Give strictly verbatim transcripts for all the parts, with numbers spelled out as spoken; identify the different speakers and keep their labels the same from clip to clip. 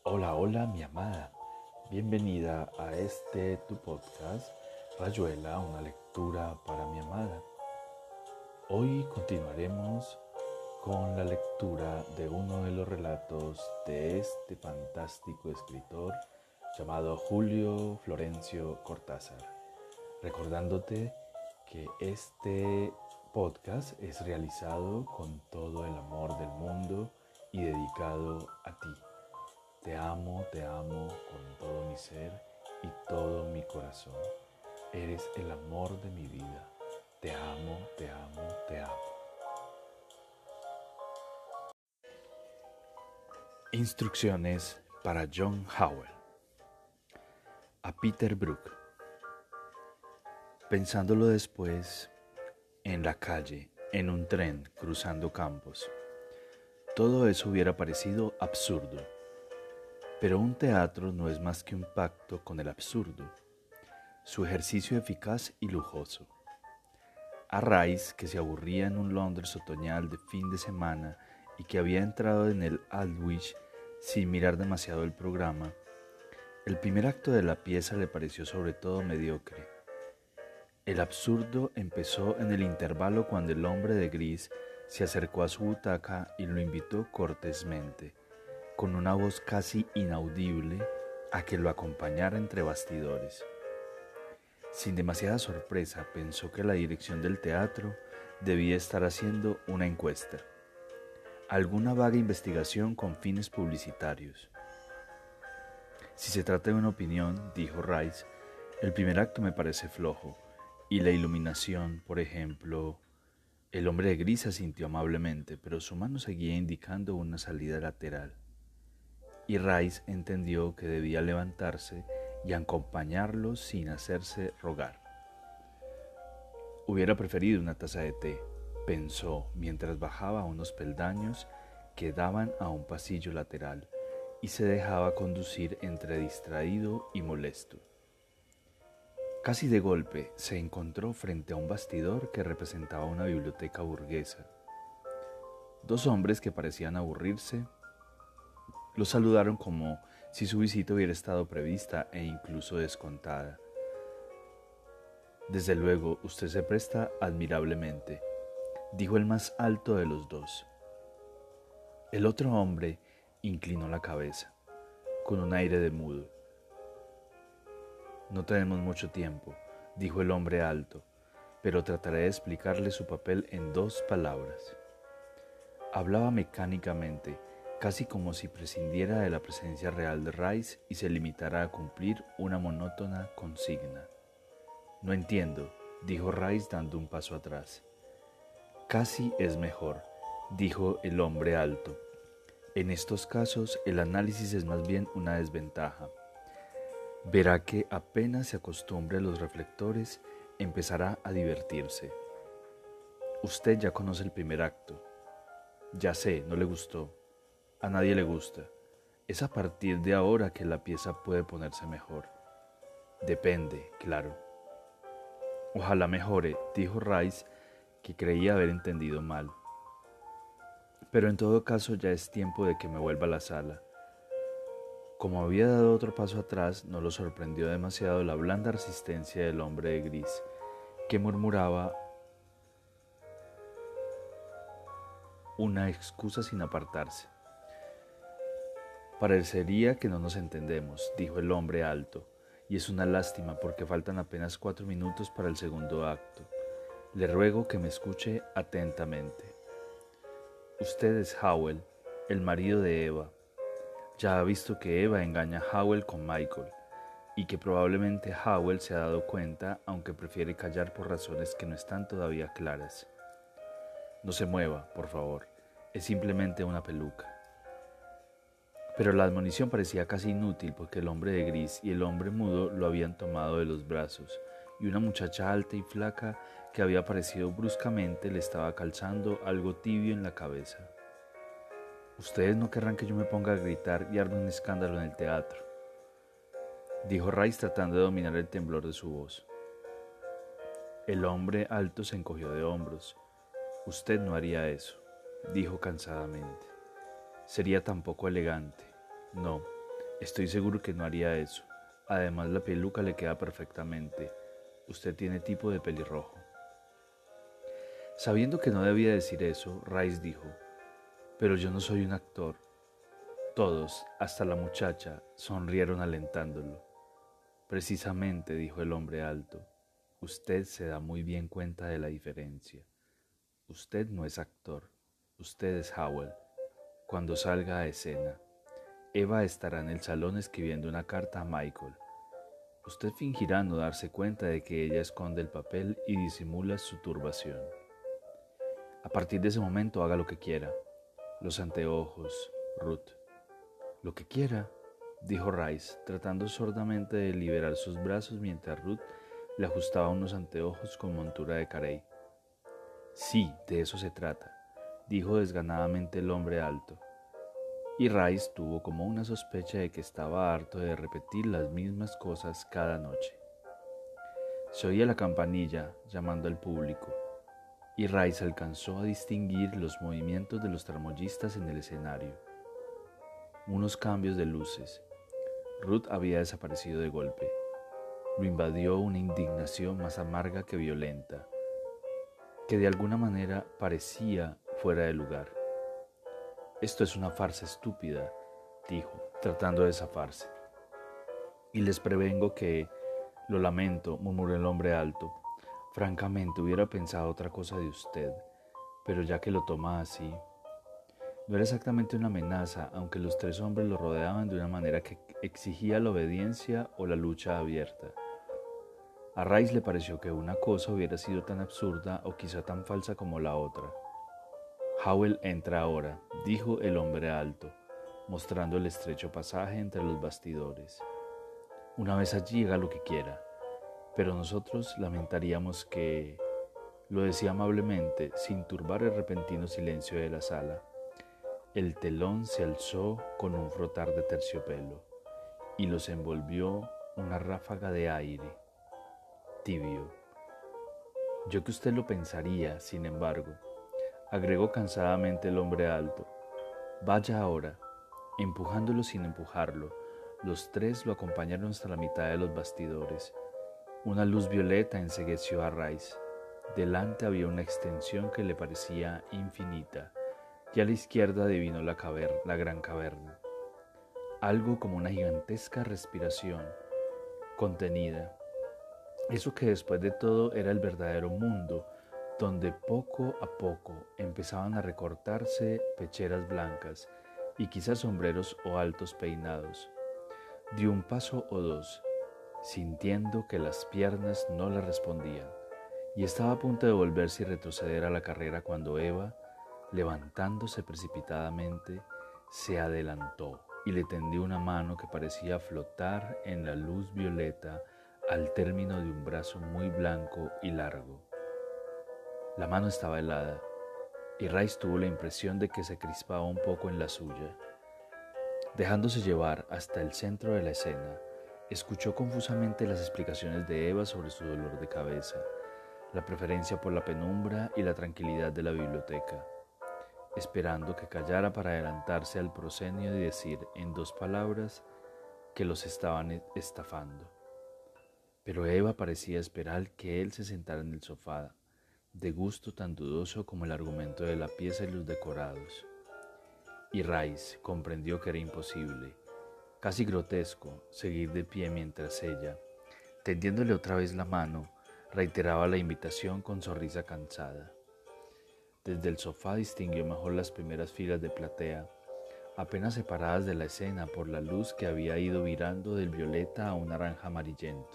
Speaker 1: Hola, hola mi amada, bienvenida a este tu podcast, Rayuela, una lectura para mi amada. Hoy continuaremos con la lectura de uno de los relatos de este fantástico escritor llamado Julio Florencio Cortázar, recordándote que este podcast es realizado con todo el amor del mundo y dedicado a ti. Te amo, te amo con todo mi ser y todo mi corazón. Eres el amor de mi vida. Te amo, te amo, te amo. Instrucciones para John Howell. A Peter Brook. Pensándolo después, en la calle, en un tren, cruzando campos, todo eso hubiera parecido absurdo. Pero un teatro no es más que un pacto con el absurdo, su ejercicio eficaz y lujoso. A Rice, que se aburría en un Londres otoñal de fin de semana y que había entrado en el Aldwych sin mirar demasiado el programa, el primer acto de la pieza le pareció sobre todo mediocre. El absurdo empezó en el intervalo cuando el hombre de gris se acercó a su butaca y lo invitó cortésmente, con una voz casi inaudible, a que lo acompañara entre bastidores. Sin demasiada sorpresa, pensó que la dirección del teatro debía estar haciendo una encuesta, alguna vaga investigación con fines publicitarios. Si se trata de una opinión, dijo Rice, el primer acto me parece flojo, y la iluminación, por ejemplo. El hombre de gris asintió amablemente, pero su mano seguía indicando una salida lateral. Y Rice entendió que debía levantarse y acompañarlo sin hacerse rogar. Hubiera preferido una taza de té, pensó mientras bajaba unos peldaños que daban a un pasillo lateral y se dejaba conducir entre distraído y molesto. Casi de golpe se encontró frente a un bastidor que representaba una biblioteca burguesa. Dos hombres que parecían aburrirse lo saludaron como si su visita hubiera estado prevista e incluso descontada. Desde luego, usted se presta admirablemente, dijo el más alto de los dos. El otro hombre inclinó la cabeza, con un aire de mudo. No tenemos mucho tiempo, dijo el hombre alto, pero trataré de explicarle su papel en dos palabras. Hablaba mecánicamente, casi como si prescindiera de la presencia real de Rice y se limitara a cumplir una monótona consigna. No entiendo, dijo Rice dando un paso atrás. Casi es mejor, dijo el hombre alto. En estos casos el análisis es más bien una desventaja. Verá que apenas se acostumbre a los reflectores, empezará a divertirse. Usted ya conoce el primer acto. Ya sé, no le gustó. A nadie le gusta. Es a partir de ahora que la pieza puede ponerse mejor. Depende, claro. Ojalá mejore, dijo Rice, que creía haber entendido mal. Pero en todo caso ya es tiempo de que me vuelva a la sala. Como había dado otro paso atrás, no lo sorprendió demasiado la blanda resistencia del hombre de gris, que murmuraba una excusa sin apartarse. Parecería que no nos entendemos, dijo el hombre alto, y es una lástima porque faltan apenas cuatro minutos para el segundo acto. Le ruego que me escuche atentamente. Usted es Howell, el marido de Eva. Ya ha visto que Eva engaña a Howell con Michael, y que probablemente Howell se ha dado cuenta, aunque prefiere callar por razones que no están todavía claras. No se mueva, por favor, es simplemente una peluca. Pero la admonición parecía casi inútil porque el hombre de gris y el hombre mudo lo habían tomado de los brazos, y una muchacha alta y flaca que había aparecido bruscamente le estaba calzando algo tibio en la cabeza. Ustedes no querrán que yo me ponga a gritar y arme un escándalo en el teatro, dijo Rice tratando de dominar el temblor de su voz. El hombre alto se encogió de hombros. Usted no haría eso, dijo cansadamente. Sería tan poco elegante. No, Estoy seguro que no haría eso. Además, la peluca le queda perfectamente. Usted tiene tipo de pelirrojo. Sabiendo que no debía decir eso, Rice dijo, pero yo no soy un actor. Todos, hasta la muchacha, sonrieron alentándolo. Precisamente, dijo el hombre alto, usted se da muy bien cuenta de la diferencia. Usted no es actor, usted es Howell. Cuando salga a escena, Eva estará en el salón escribiendo una carta a Michael. Usted fingirá no darse cuenta de que ella esconde el papel y disimula su turbación. A partir de ese momento haga lo que quiera. Los anteojos, Ruth. Lo que quiera, dijo Rice, tratando sordamente de liberar sus brazos mientras Ruth le ajustaba unos anteojos con montura de carey. Sí, de eso se trata, dijo desganadamente el hombre alto. Y Rice tuvo como una sospecha de que estaba harto de repetir las mismas cosas cada noche. Se oía la campanilla llamando al público, y Rice alcanzó a distinguir los movimientos de los tramoyistas en el escenario. Unos cambios de luces. Ruth había desaparecido de golpe. Lo invadió una indignación más amarga que violenta, que de alguna manera parecía fuera de lugar. Esto es una farsa estúpida, dijo, tratando de zafarse. Y les prevengo que, lo lamento, murmuró el hombre alto. Francamente hubiera pensado otra cosa de usted, pero ya que lo toma así. No era exactamente una amenaza, aunque los tres hombres lo rodeaban de una manera que exigía la obediencia o la lucha abierta. A Rice le pareció que una cosa hubiera sido tan absurda o quizá tan falsa como la otra. Howell entra ahora, dijo el hombre alto, mostrando el estrecho pasaje entre los bastidores. Una vez allí haga lo que quiera, pero nosotros lamentaríamos que... Lo decía amablemente, sin turbar el repentino silencio de la sala. El telón se alzó con un frotar de terciopelo y los envolvió una ráfaga de aire tibio. Yo que usted lo pensaría, sin embargo, agregó cansadamente el hombre alto. Vaya ahora. Empujándolo sin empujarlo, los tres lo acompañaron hasta la mitad de los bastidores. Una luz violeta encegueció a Rice. Delante había una extensión que le parecía infinita, y a la izquierda adivinó la, caver- la gran caverna. Algo como una gigantesca respiración contenida. Eso que después de todo era el verdadero mundo, donde poco a poco empezaban a recortarse pecheras blancas y quizás sombreros o altos peinados. Dio un paso o dos, sintiendo que las piernas no le respondían, y estaba a punto de volverse y retroceder a la carrera cuando Eva, levantándose precipitadamente, se adelantó y le tendió una mano que parecía flotar en la luz violeta al término de un brazo muy blanco y largo. La mano estaba helada, y Rice tuvo la impresión de que se crispaba un poco en la suya. Dejándose llevar hasta el centro de la escena, escuchó confusamente las explicaciones de Eva sobre su dolor de cabeza, la preferencia por la penumbra y la tranquilidad de la biblioteca, esperando que callara para adelantarse al proscenio y decir en dos palabras que los estaban estafando. Pero Eva parecía esperar que él se sentara en el sofá, de gusto tan dudoso como el argumento de la pieza y los decorados. Y Rice comprendió que era imposible, casi grotesco, seguir de pie mientras ella, tendiéndole otra vez la mano, reiteraba la invitación con sonrisa cansada. Desde el sofá distinguió mejor las primeras filas de platea, apenas separadas de la escena por la luz que había ido virando del violeta a un naranja amarillento.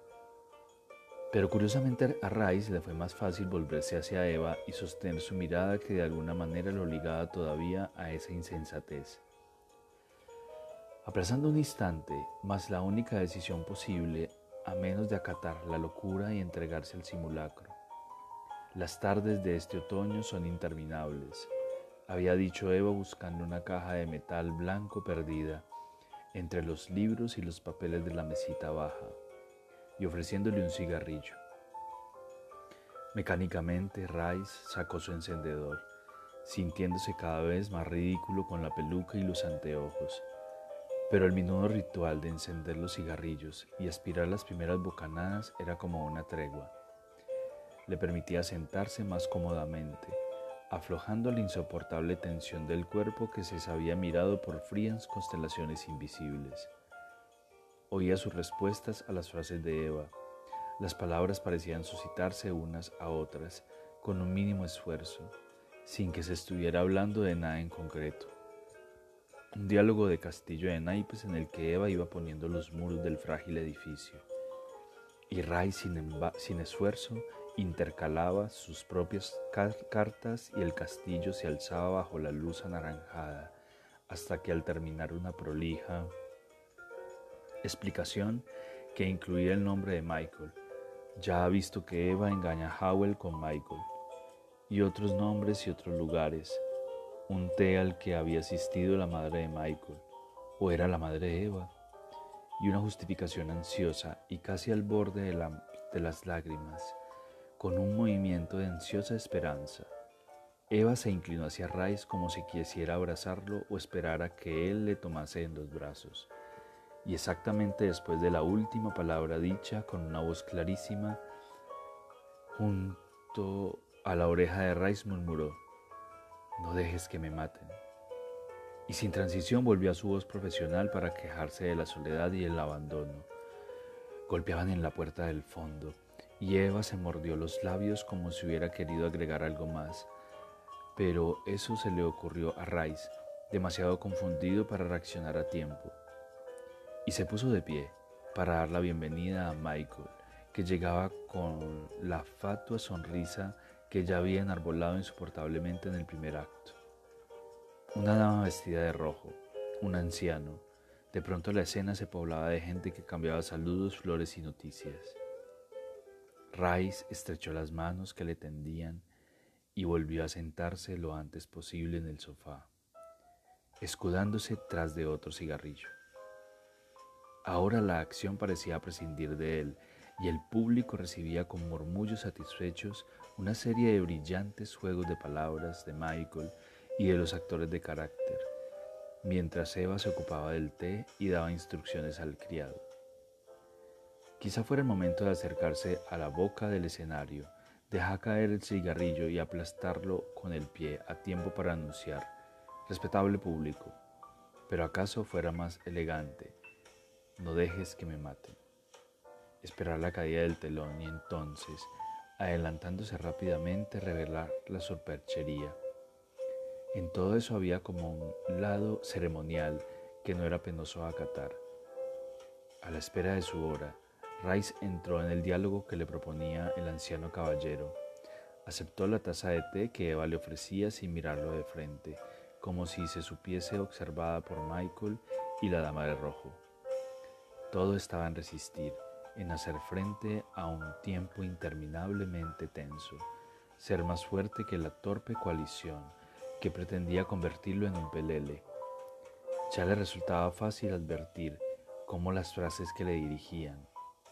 Speaker 1: Pero curiosamente a Rice le fue más fácil volverse hacia Eva y sostener su mirada que de alguna manera lo obligaba todavía a esa insensatez. Aplazando un instante, más la única decisión posible, a menos de acatar la locura y entregarse al simulacro. Las tardes de este otoño son interminables, había dicho Eva buscando una caja de metal blanco perdida entre los libros y los papeles de la mesita baja, y ofreciéndole un cigarrillo. Mecánicamente, Rice sacó su encendedor, sintiéndose cada vez más ridículo con la peluca y los anteojos, pero el minudo ritual de encender los cigarrillos y aspirar las primeras bocanadas era como una tregua. Le permitía sentarse más cómodamente, aflojando la insoportable tensión del cuerpo que se había mirado por frías constelaciones invisibles. Oía sus respuestas a las frases de Eva. Las palabras parecían suscitarse unas a otras con un mínimo esfuerzo, sin que se estuviera hablando de nada en concreto. Un diálogo de castillo de naipes en el que Eva iba poniendo los muros del frágil edificio, y Ray sin, sin esfuerzo intercalaba sus propias car cartas y el castillo se alzaba bajo la luz anaranjada, hasta que al terminar una prolija explicación que incluía el nombre de Michael, ya ha visto que Eva engaña a Howell con Michael, y otros nombres y otros lugares, un té al que había asistido la madre de Michael, o era la madre de Eva, y una justificación ansiosa y casi al borde de, la, de las lágrimas, con un movimiento de ansiosa esperanza. Eva se inclinó hacia Rice como si quisiera abrazarlo o esperar a que él le tomase en los brazos, y exactamente después de la última palabra dicha con una voz clarísima, junto a la oreja de Rice murmuró: «No dejes que me maten». Y sin transición volvió a su voz profesional para quejarse de la soledad y el abandono. Golpeaban en la puerta del fondo, y Eva se mordió los labios como si hubiera querido agregar algo más, pero eso se le ocurrió a Rice, demasiado confundido para reaccionar a tiempo. Y se puso de pie para dar la bienvenida a Michael, que llegaba con la fatua sonrisa que ya había enarbolado insoportablemente en el primer acto. Una dama vestida de rojo, un anciano. De pronto la escena se poblaba de gente que cambiaba saludos, flores y noticias. Rice estrechó las manos que le tendían y volvió a sentarse lo antes posible en el sofá, escudándose tras de otro cigarrillo. Ahora la acción parecía prescindir de él, y el público recibía con murmullos satisfechos una serie de brillantes juegos de palabras de Michael y de los actores de carácter, mientras Eva se ocupaba del té y daba instrucciones al criado. Quizá fuera el momento de acercarse a la boca del escenario, dejar caer el cigarrillo y aplastarlo con el pie a tiempo para anunciar: «Respetable público», pero acaso fuera más elegante: «No dejes que me maten». Esperar la caída del telón y entonces, adelantándose rápidamente, revelar la superchería. En todo eso había como un lado ceremonial que no era penoso acatar. A la espera de su hora, Rice entró en el diálogo que le proponía el anciano caballero. Aceptó la taza de té que Eva le ofrecía sin mirarlo de frente, como si se supiese observada por Michael y la dama de rojo. Todo estaba en resistir, en hacer frente a un tiempo interminablemente tenso, ser más fuerte que la torpe coalición que pretendía convertirlo en un pelele. Ya le resultaba fácil advertir cómo las frases que le dirigían,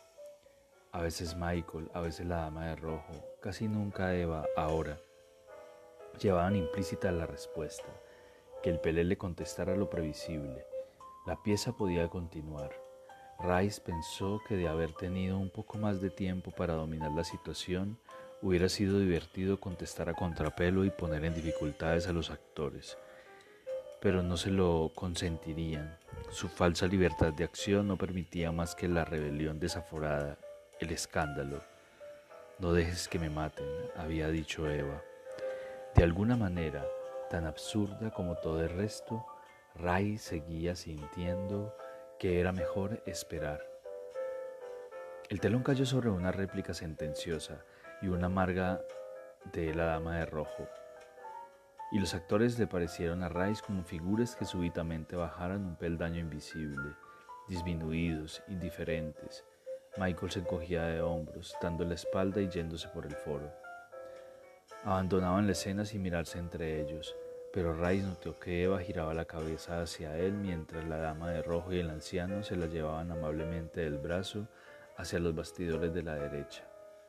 Speaker 1: a veces Michael, a veces la dama de rojo, casi nunca Eva, ahora, llevaban implícita la respuesta, que el pelele contestara lo previsible. La pieza podía continuar. Rice pensó que de haber tenido un poco más de tiempo para dominar la situación, hubiera sido divertido contestar a contrapelo y poner en dificultades a los actores, pero no se lo consentirían. Su falsa libertad de acción no permitía más que la rebelión desaforada, el escándalo. «No dejes que me maten», había dicho Eva. De alguna manera, tan absurda como todo el resto, Ray seguía sintiendo que era mejor esperar. El telón cayó sobre una réplica sentenciosa y una amarga de la dama de rojo, y los actores le parecieron a Rice como figuras que súbitamente bajaran un peldaño invisible, disminuidos, indiferentes. Michael se encogía de hombros, dando la espalda y yéndose por el foro. Abandonaban la escena sin mirarse entre ellos, pero Rice notó que Eva giraba la cabeza hacia él mientras la dama de rojo y el anciano se la llevaban amablemente del brazo hacia los bastidores de la derecha.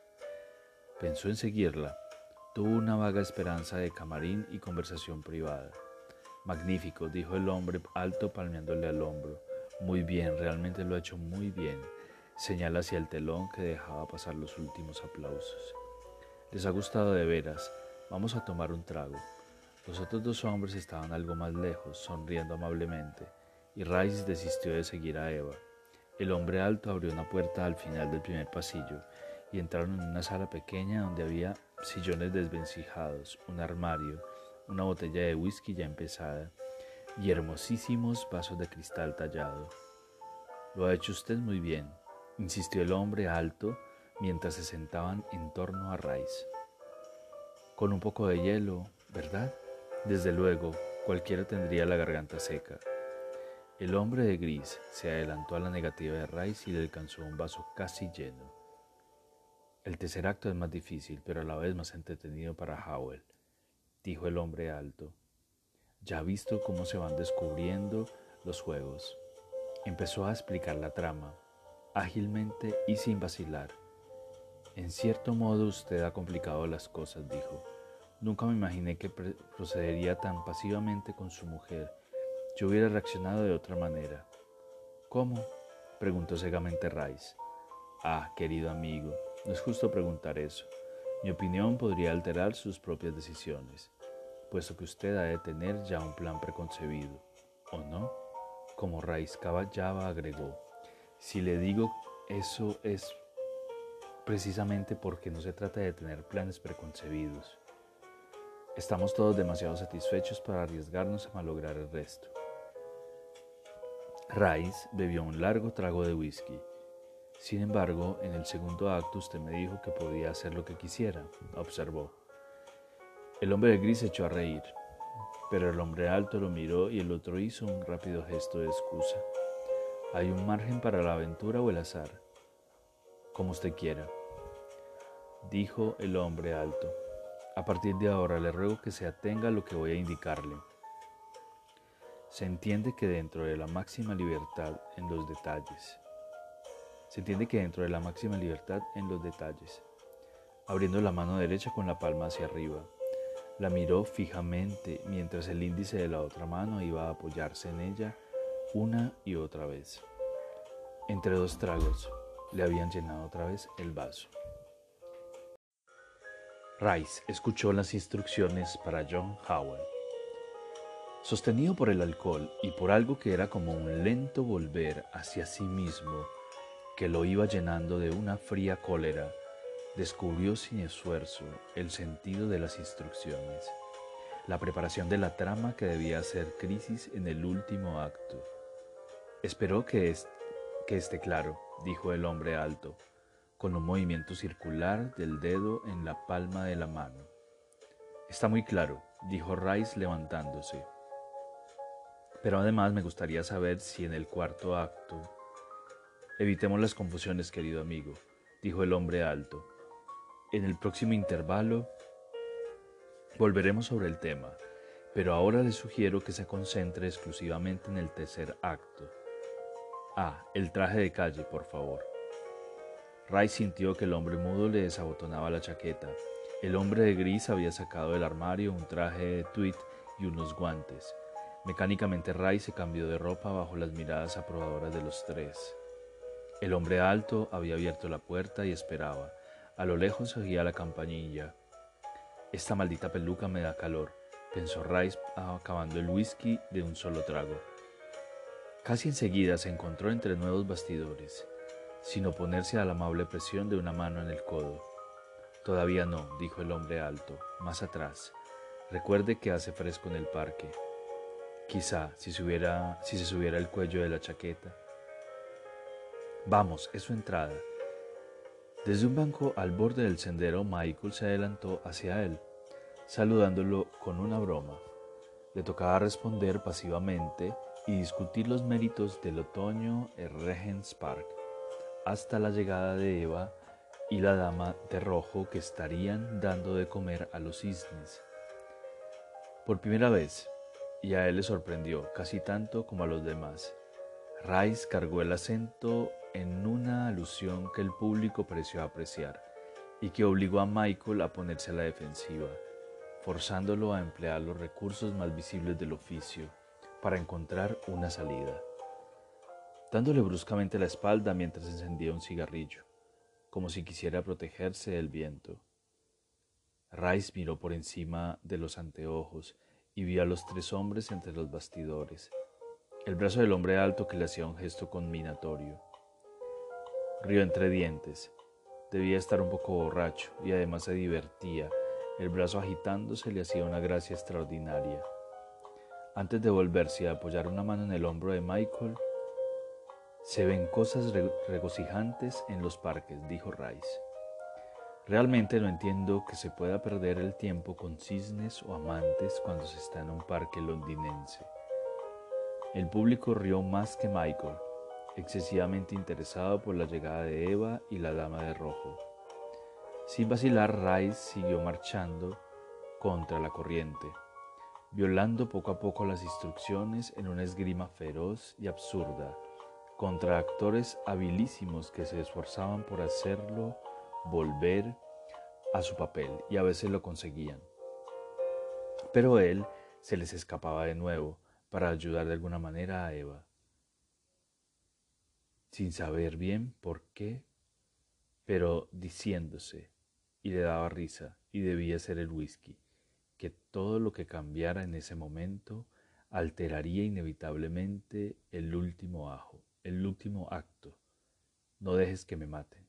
Speaker 1: Pensó en seguirla. Tuvo una vaga esperanza de camarín y conversación privada. «Magnífico», dijo el hombre alto palmeándole al hombro. Muy bien, realmente lo ha hecho muy bien. Señala hacia el telón que dejaba pasar los últimos aplausos. Les ha gustado de veras. Vamos a tomar un trago. Los otros dos hombres estaban algo más lejos, sonriendo amablemente, y Rice desistió de seguir a Eva. El hombre alto abrió una puerta al final del primer pasillo y entraron en una sala pequeña donde había sillones desvencijados, un armario, una botella de whisky ya empezada y hermosísimos vasos de cristal tallado. «Lo ha hecho usted muy bien», insistió el hombre alto mientras se sentaban en torno a Rice. «Con un poco de hielo, ¿verdad? Desde luego, cualquiera tendría la garganta seca». El hombre de gris se adelantó a la negativa de Rice y le alcanzó un vaso casi lleno. «El tercer acto es más difícil, pero a la vez más entretenido para Howell», dijo el hombre alto. «Ya ha visto cómo se van descubriendo los juegos». Empezó a explicar la trama, ágilmente y sin vacilar. «En cierto modo usted ha complicado las cosas», dijo. «Nunca me imaginé que procedería tan pasivamente con su mujer. Yo hubiera reaccionado de otra manera». «¿Cómo?», preguntó cegamente Rice. «Ah, querido amigo, no es justo preguntar eso. Mi opinión podría alterar sus propias decisiones, puesto que usted ha de tener ya un plan preconcebido, ¿o no?». Como Rice caballaba, agregó: «Si le digo eso es precisamente porque no se trata de tener planes preconcebidos. Estamos todos demasiado satisfechos para arriesgarnos a malograr el resto». Rice bebió un largo trago de whisky. «Sin embargo, en el segundo acto usted me dijo que podía hacer lo que quisiera», observó. El hombre de gris se echó a reír, pero el hombre alto lo miró y el otro hizo un rápido gesto de excusa. «Hay un margen para la aventura o el azar. Como usted quiera», dijo el hombre alto. «A partir de ahora le ruego que se atenga a lo que voy a indicarle. Se entiende que dentro de la máxima libertad en los detalles. Se entiende que dentro de la máxima libertad en los detalles». Abriendo la mano derecha con la palma hacia arriba, la miró fijamente mientras el índice de la otra mano iba a apoyarse en ella una y otra vez. Entre dos tragos, le habían llenado otra vez el vaso. Rice escuchó las instrucciones para John Howell. Sostenido por el alcohol y por algo que era como un lento volver hacia sí mismo, que lo iba llenando de una fría cólera, descubrió sin esfuerzo el sentido de las instrucciones, la preparación de la trama que debía hacer crisis en el último acto. «Espero que, es, que esté claro», dijo el hombre alto, con un movimiento circular del dedo en la palma de la mano. «Está muy claro», dijo Rice levantándose. «Pero además me gustaría saber si en el cuarto acto...». «Evitemos las confusiones, querido amigo», dijo el hombre alto. «En el próximo intervalo volveremos sobre el tema, pero ahora le sugiero que se concentre exclusivamente en el tercer acto. Ah, el traje de calle, por favor». Rice sintió que el hombre mudo le desabotonaba la chaqueta. El hombre de gris había sacado del armario un traje de tweed y unos guantes. Mecánicamente Rice se cambió de ropa bajo las miradas aprobadoras de los tres. El hombre alto había abierto la puerta y esperaba. A lo lejos se oía la campanilla. «Esta maldita peluca me da calor», pensó Rice acabando el whisky de un solo trago. Casi enseguida se encontró entre nuevos bastidores, sin oponerse a la amable presión de una mano en el codo. «Todavía no», dijo el hombre alto, «más atrás. Recuerde que hace fresco en el parque. Quizá si, subiera, si se subiera el cuello de la chaqueta». «Vamos, es su entrada». Desde un banco al borde del sendero, Michael se adelantó hacia él, saludándolo con una broma. Le tocaba responder pasivamente y discutir los méritos del otoño en Regent's Park, hasta la llegada de Eva y la dama de rojo que estarían dando de comer a los cisnes. Por primera vez, y a él le sorprendió casi tanto como a los demás, Rice cargó el acento en una alusión que el público pareció apreciar y que obligó a Michael a ponerse a la defensiva, forzándolo a emplear los recursos más visibles del oficio para encontrar una salida. dándole bruscamente la espalda mientras encendía un cigarrillo, como si quisiera protegerse del viento. Rice miró por encima de los anteojos y vio a los tres hombres entre los bastidores, el brazo del hombre alto que le hacía un gesto conminatorio. Rió entre dientes. Debía estar un poco borracho y además se divertía. El brazo agitándose le hacía una gracia extraordinaria. Antes de volverse a apoyar una mano en el hombro de Michael, «Se ven cosas regocijantes en los parques», dijo Rice. «Realmente no entiendo que se pueda perder el tiempo con cisnes o amantes cuando se está en un parque londinense». El público rió más que Michael, excesivamente interesado por la llegada de Eva y la dama de rojo. Sin vacilar, Rice siguió marchando contra la corriente, violando poco a poco las instrucciones en una esgrima feroz y absurda, contra actores habilísimos que se esforzaban por hacerlo volver a su papel y a veces lo conseguían. Pero él se les escapaba de nuevo para ayudar de alguna manera a Eva, sin saber bien por qué, pero diciéndose, y le daba risa, y debía ser el whisky, que todo lo que cambiara en ese momento alteraría inevitablemente el último ajo, el último acto. No dejes que me maten.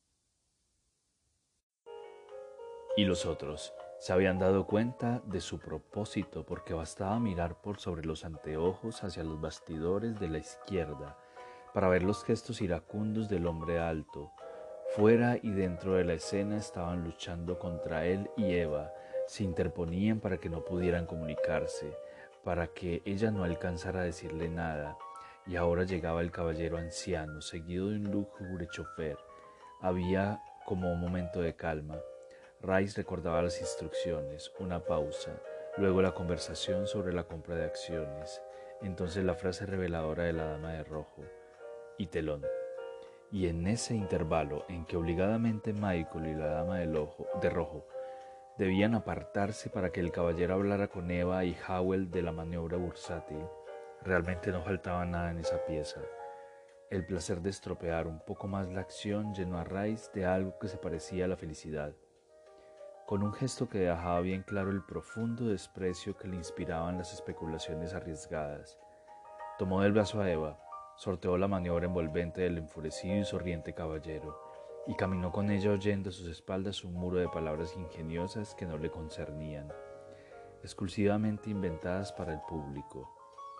Speaker 1: Y los otros se habían dado cuenta de su propósito porque bastaba mirar por sobre los anteojos hacia los bastidores de la izquierda para ver los gestos iracundos del hombre alto. Fuera y dentro de la escena estaban luchando contra él y Eva, se interponían para que no pudieran comunicarse, para que ella no alcanzara a decirle nada, y ahora llegaba el caballero anciano, seguido de un lúgubre chofer. Había como un momento de calma. Rice recordaba las instrucciones, una pausa, luego la conversación sobre la compra de acciones, entonces la frase reveladora de la dama de rojo, y telón. Y en ese intervalo en que obligadamente Michael y la dama del ojo, de rojo debían apartarse para que el caballero hablara con Eva y Howell de la maniobra bursátil, realmente no faltaba nada en esa pieza. El placer de estropear un poco más la acción llenó a Rice de algo que se parecía a la felicidad. Con un gesto que dejaba bien claro el profundo desprecio que le inspiraban las especulaciones arriesgadas, tomó del brazo a Eva, sorteó la maniobra envolvente del enfurecido y sonriente caballero, y caminó con ella oyendo a sus espaldas un muro de palabras ingeniosas que no le concernían, exclusivamente inventadas para el público.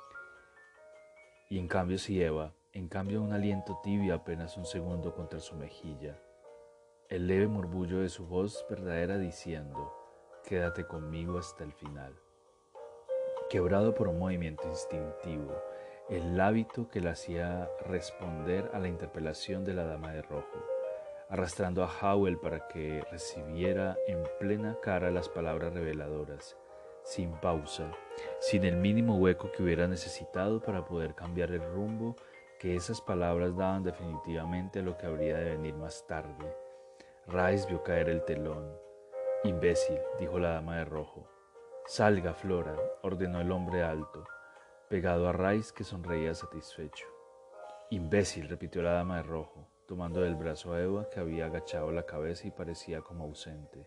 Speaker 1: Y en cambio sí Eva, en cambio un aliento tibio apenas un segundo contra su mejilla, el leve murmullo de su voz verdadera diciendo, «Quédate conmigo hasta el final». Quebrado por un movimiento instintivo, el hábito que le hacía responder a la interpelación de la dama de rojo, arrastrando a Howell para que recibiera en plena cara las palabras reveladoras, sin pausa, sin el mínimo hueco que hubiera necesitado para poder cambiar el rumbo que esas palabras daban definitivamente a lo que habría de venir más tarde. Rice vio caer el telón. «Imbécil», dijo la dama de rojo. «Salga, Flora», ordenó el hombre alto, pegado a Rice, que sonreía satisfecho. «Imbécil», repitió la dama de rojo, tomando del brazo a Eva, que había agachado la cabeza y parecía como ausente.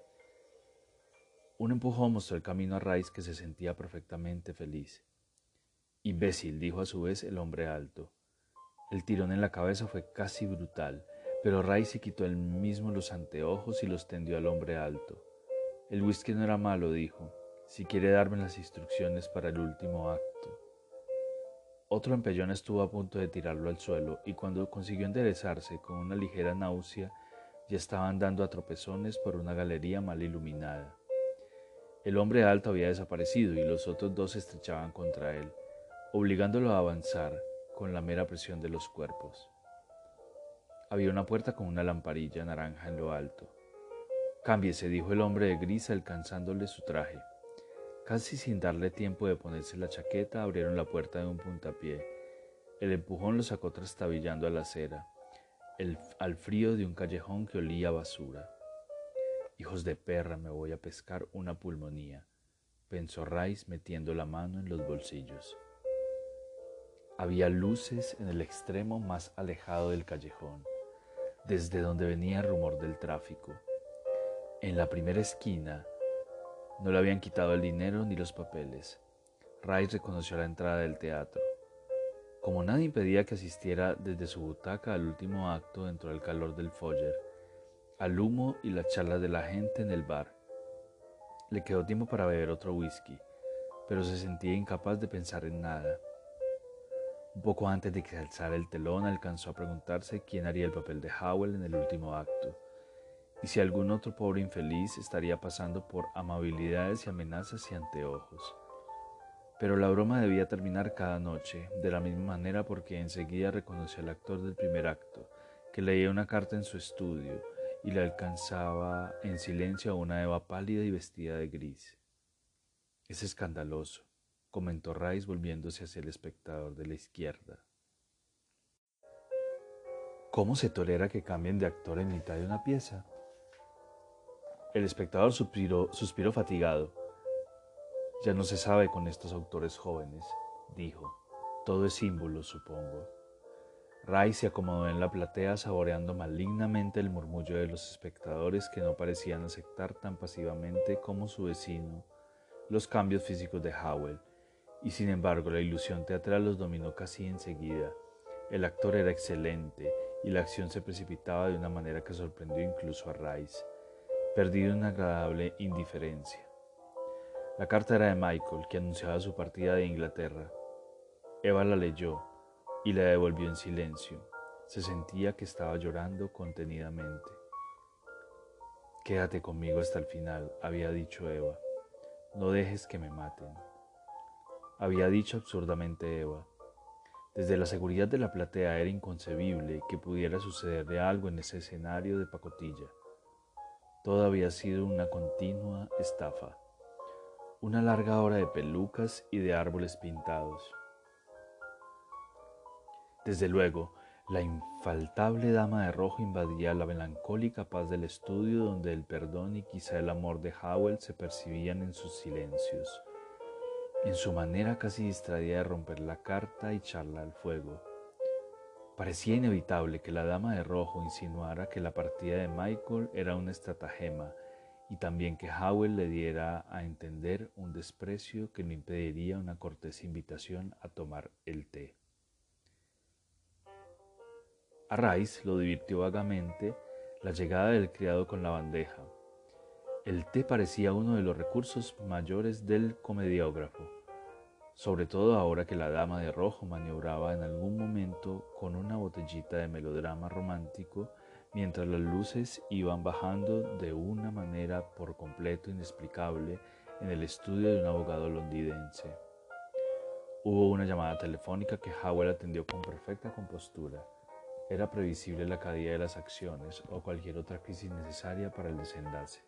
Speaker 1: Un empujón mostró el camino a Rice, que se sentía perfectamente feliz. «Imbécil», dijo a su vez el hombre alto. El tirón en la cabeza fue casi brutal, pero Rice se quitó él mismo los anteojos y los tendió al hombre alto. «El whisky no era malo», dijo, «si quiere darme las instrucciones para el último acto». Otro empellón estuvo a punto de tirarlo al suelo y cuando consiguió enderezarse con una ligera náusea, ya estaba andando a tropezones por una galería mal iluminada. El hombre alto había desaparecido y los otros dos se estrechaban contra él, obligándolo a avanzar con la mera presión de los cuerpos. Había una puerta con una lamparilla naranja en lo alto. «Cámbiese», dijo el hombre de gris alcanzándole su traje. Casi sin darle tiempo de ponerse la chaqueta, abrieron la puerta de un puntapié. El empujón lo sacó trastabillando a la acera, el, al frío de un callejón que olía a basura. «Hijos de perra, me voy a pescar una pulmonía», pensó Rice metiendo la mano en los bolsillos. Había luces en el extremo más alejado del callejón, desde donde venía el rumor del tráfico. En la primera esquina no le habían quitado el dinero ni los papeles. Rice reconoció la entrada del teatro. Como nada impedía que asistiera desde su butaca al último acto dentro del calor del foyer, al humo y las charlas de la gente en el bar, le quedó tiempo para beber otro whisky, pero se sentía incapaz de pensar en nada. Un poco antes de que se alzara el telón, alcanzó a preguntarse quién haría el papel de Howell en el último acto, y si algún otro pobre infeliz estaría pasando por amabilidades y amenazas y anteojos. Pero la broma debía terminar cada noche, de la misma manera, porque enseguida reconoció al actor del primer acto, que leía una carta en su estudio y le alcanzaba en silencio a una Eva pálida y vestida de gris. «Es escandaloso», comentó Rice volviéndose hacia el espectador de la izquierda. «¿Cómo se tolera que cambien de actor en mitad de una pieza?». El espectador suspiró, suspiró fatigado. «Ya no se sabe con estos autores jóvenes», dijo. «Todo es símbolo, supongo». Rice se acomodó en la platea saboreando malignamente el murmullo de los espectadores que no parecían aceptar tan pasivamente como su vecino los cambios físicos de Howell, y sin embargo la ilusión teatral los dominó casi enseguida. El actor era excelente y la acción se precipitaba de una manera que sorprendió incluso a Rice, perdido en una agradable indiferencia. La carta era de Michael, que anunciaba su partida de Inglaterra. Eva la leyó y la devolvió en silencio. Se sentía que estaba llorando contenidamente. «Quédate conmigo hasta el final», había dicho Eva. «No dejes que me maten». Había dicho absurdamente Eva. Desde la seguridad de la platea era inconcebible que pudiera sucederle algo en ese escenario de pacotilla. Todo había sido una continua estafa. Una larga hora de pelucas y de árboles pintados. Desde luego, la infaltable dama de rojo invadía la melancólica paz del estudio donde el perdón y quizá el amor de Howell se percibían en sus silencios, en su manera casi distraída de romper la carta y echarla al fuego. Parecía inevitable que la dama de rojo insinuara que la partida de Michael era una estratagema y también que Howell le diera a entender un desprecio que no impediría una cortés invitación a tomar el té. A Rice lo divirtió vagamente la llegada del criado con la bandeja. El té parecía uno de los recursos mayores del comediógrafo, sobre todo ahora que la dama de rojo maniobraba en algún momento con una botellita de melodrama romántico mientras las luces iban bajando de una manera por completo inexplicable en el estudio de un abogado londinense. Hubo una llamada telefónica que Howell atendió con perfecta compostura. Era previsible la caída de las acciones o cualquier otra crisis necesaria para el desenlace.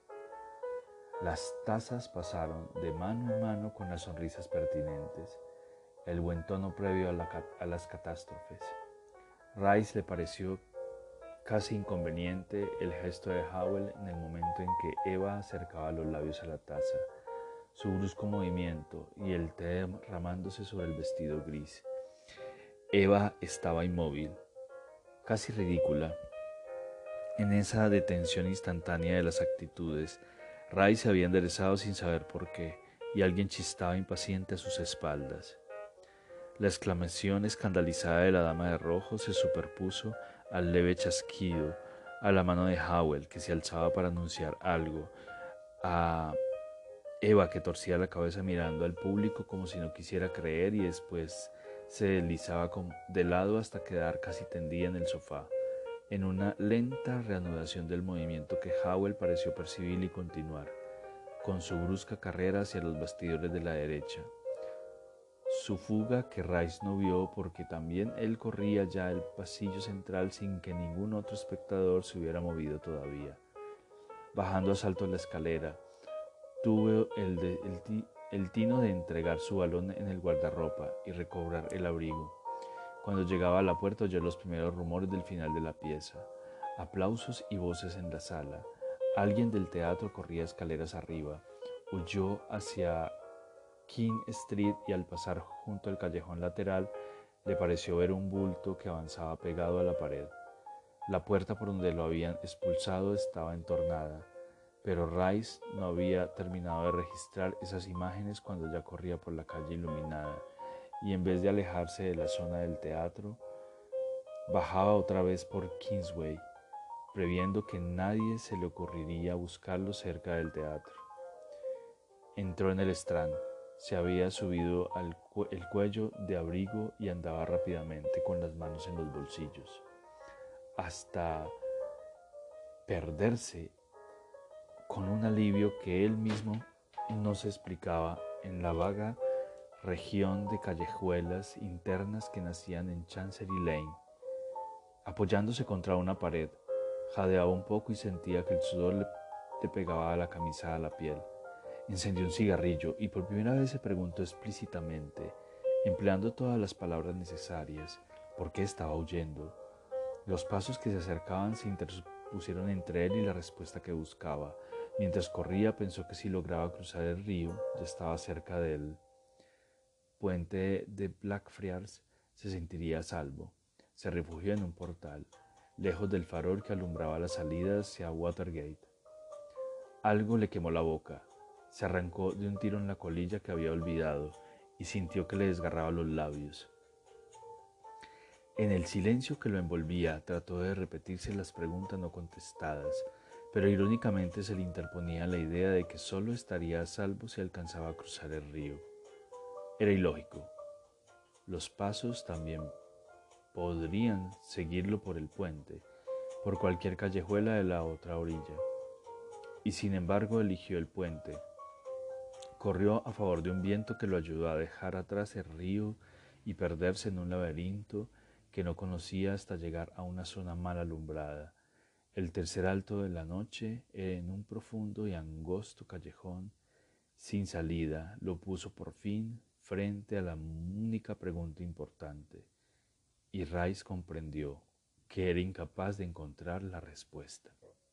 Speaker 1: Las tazas pasaron de mano en mano con las sonrisas pertinentes, el buen tono previo a, la, a las catástrofes. Rice le pareció casi inconveniente el gesto de Howell en el momento en que Eva acercaba los labios a la taza, su brusco movimiento y el té derramándose sobre el vestido gris. Eva estaba inmóvil, casi ridícula. En esa detención instantánea de las actitudes, Rice se había enderezado sin saber por qué, y alguien chistaba impaciente a sus espaldas. La exclamación escandalizada de la dama de rojo se superpuso al leve chasquido, a la mano de Howell que se alzaba para anunciar algo, a Eva que torcía la cabeza mirando al público como si no quisiera creer y después se deslizaba de lado hasta quedar casi tendida en el sofá, en una lenta reanudación del movimiento que Howell pareció percibir y continuar, con su brusca carrera hacia los bastidores de la derecha. Su fuga que Rice no vio porque también él corría ya el pasillo central sin que ningún otro espectador se hubiera movido todavía. Bajando a salto la escalera, tuvo el, de, el, el tino de entregar su balón en el guardarropa y recobrar el abrigo. Cuando llegaba a la puerta oyó los primeros rumores del final de la pieza, aplausos y voces en la sala. Alguien del teatro corría escaleras arriba, huyó hacia King Street y al pasar junto al callejón lateral le pareció ver un bulto que avanzaba pegado a la pared. La puerta por donde lo habían expulsado estaba entornada, pero Rice no había terminado de registrar esas imágenes cuando ya corría por la calle iluminada y en vez de alejarse de la zona del teatro, bajaba otra vez por Kingsway, previendo que nadie se le ocurriría buscarlo cerca del teatro. Entró en el Strand, se había subido al cu- el cuello de abrigo y andaba rápidamente con las manos en los bolsillos, hasta perderse con un alivio que él mismo no se explicaba en la vaga región de callejuelas internas que nacían en Chancery Lane. Apoyándose contra una pared, jadeaba un poco y sentía que el sudor le, le pegaba a la camisa a la piel. Encendió un cigarrillo y por primera vez se preguntó explícitamente, empleando todas las palabras necesarias, por qué estaba huyendo. Los pasos que se acercaban se interpusieron entre él y la respuesta que buscaba. Mientras corría pensó que si lograba cruzar el río, ya estaba cerca del puente de Blackfriars, se sentiría a salvo. Se refugió en un portal, lejos del farol que alumbraba la salida hacia Watergate. Algo le quemó la boca. Se arrancó de un tiro en la colilla que había olvidado y sintió que le desgarraba los labios. En el silencio que lo envolvía, trató de repetirse las preguntas no contestadas, pero irónicamente se le interponía la idea de que solo estaría a salvo si alcanzaba a cruzar el río. Era ilógico. Los pasos también podrían seguirlo por el puente, por cualquier callejuela de la otra orilla. Y sin embargo eligió el puente. Corrió a favor de un viento que lo ayudó a dejar atrás el río y perderse en un laberinto que no conocía hasta llegar a una zona mal alumbrada. El tercer alto de la noche, en un profundo y angosto callejón sin salida, lo puso por fin frente a la única pregunta importante. Y Rice comprendió que era incapaz de encontrar la respuesta.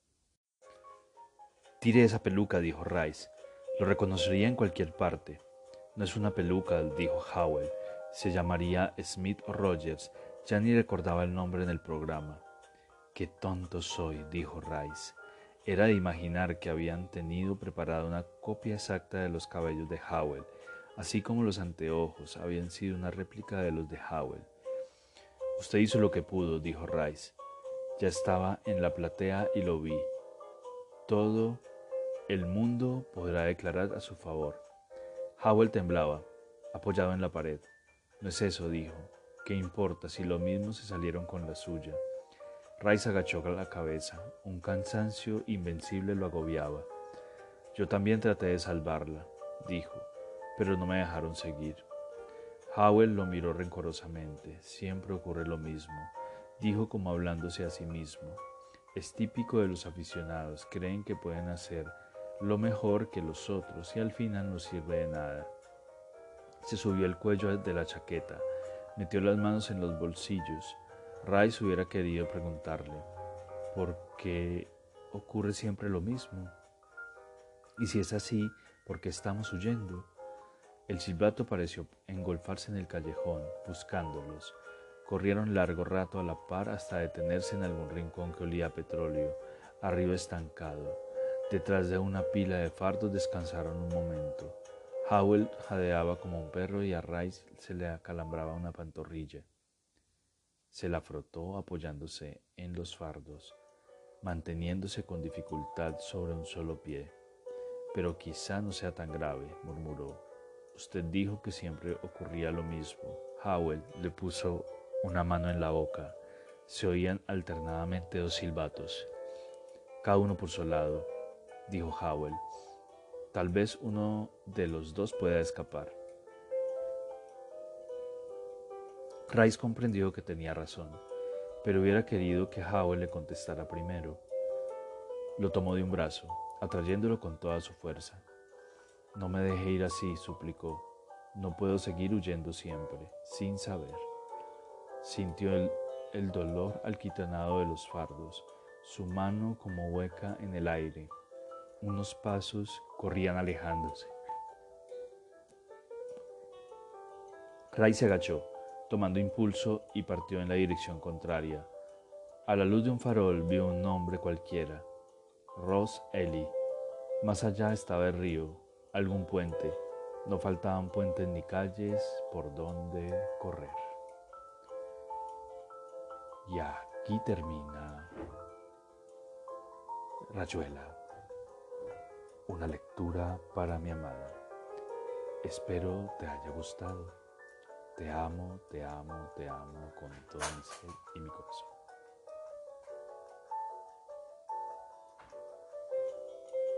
Speaker 1: «Tire esa peluca», dijo Rice. «Lo reconocería en cualquier parte». «No es una peluca», dijo Howell. «Se llamaría Smith o Rogers». Ya ni recordaba el nombre en el programa. «Qué tonto soy», dijo Rice. Era de imaginar que habían tenido preparada una copia exacta de los cabellos de Howell, así como los anteojos habían sido una réplica de los de Howell. «Usted hizo lo que pudo», dijo Rice. «Ya estaba en la platea y lo vi. Todo el mundo podrá declarar a su favor». Howell temblaba, apoyado en la pared. «No es eso», dijo. «¿Qué importa si lo mismo se salieron con la suya?» Rice agachó la cabeza. Un cansancio invencible lo agobiaba. «Yo también traté de salvarla», dijo, «pero no me dejaron seguir». Howell lo miró rencorosamente. «Siempre ocurre lo mismo», dijo como hablándose a sí mismo. «Es típico de los aficionados. Creen que pueden hacer lo mejor que los otros y al final no sirve de nada». Se subió el cuello de la chaqueta, metió las manos en los bolsillos. Rice hubiera querido preguntarle, ¿por qué ocurre siempre lo mismo? Y si es así, ¿por qué estamos huyendo? El silbato pareció engolfarse en el callejón, buscándolos. Corrieron largo rato a la par hasta detenerse en algún rincón que olía a petróleo, arriba estancado. Detrás de una pila de fardos descansaron un momento. Howell jadeaba como un perro y a Rice se le acalambraba una pantorrilla. Se la frotó apoyándose en los fardos, manteniéndose con dificultad sobre un solo pie. «Pero quizá no sea tan grave», murmuró. «Usted dijo que siempre ocurría lo mismo». Howell le puso una mano en la boca. Se oían alternadamente dos silbatos. «Cada uno por su lado», dijo Howell. «Tal vez uno de los dos pueda escapar». Rice comprendió que tenía razón, pero hubiera querido que Howell le contestara primero. Lo tomó de un brazo, atrayéndolo con toda su fuerza. «No me deje ir así», suplicó. «No puedo seguir huyendo siempre, sin saber». Sintió el, el dolor alquitránado de los fardos, su mano como hueca en el aire. Unos pasos corrían alejándose. Rice se agachó, tomando impulso y partió en la dirección contraria. A la luz de un farol vio un nombre cualquiera, Ross Ellie. Más allá estaba el río, algún puente. No faltaban puentes ni calles por donde correr. Y aquí termina Rayuela, una lectura para mi amada. Espero te haya gustado. Te amo, te amo, te amo con todo mi ser y mi corazón.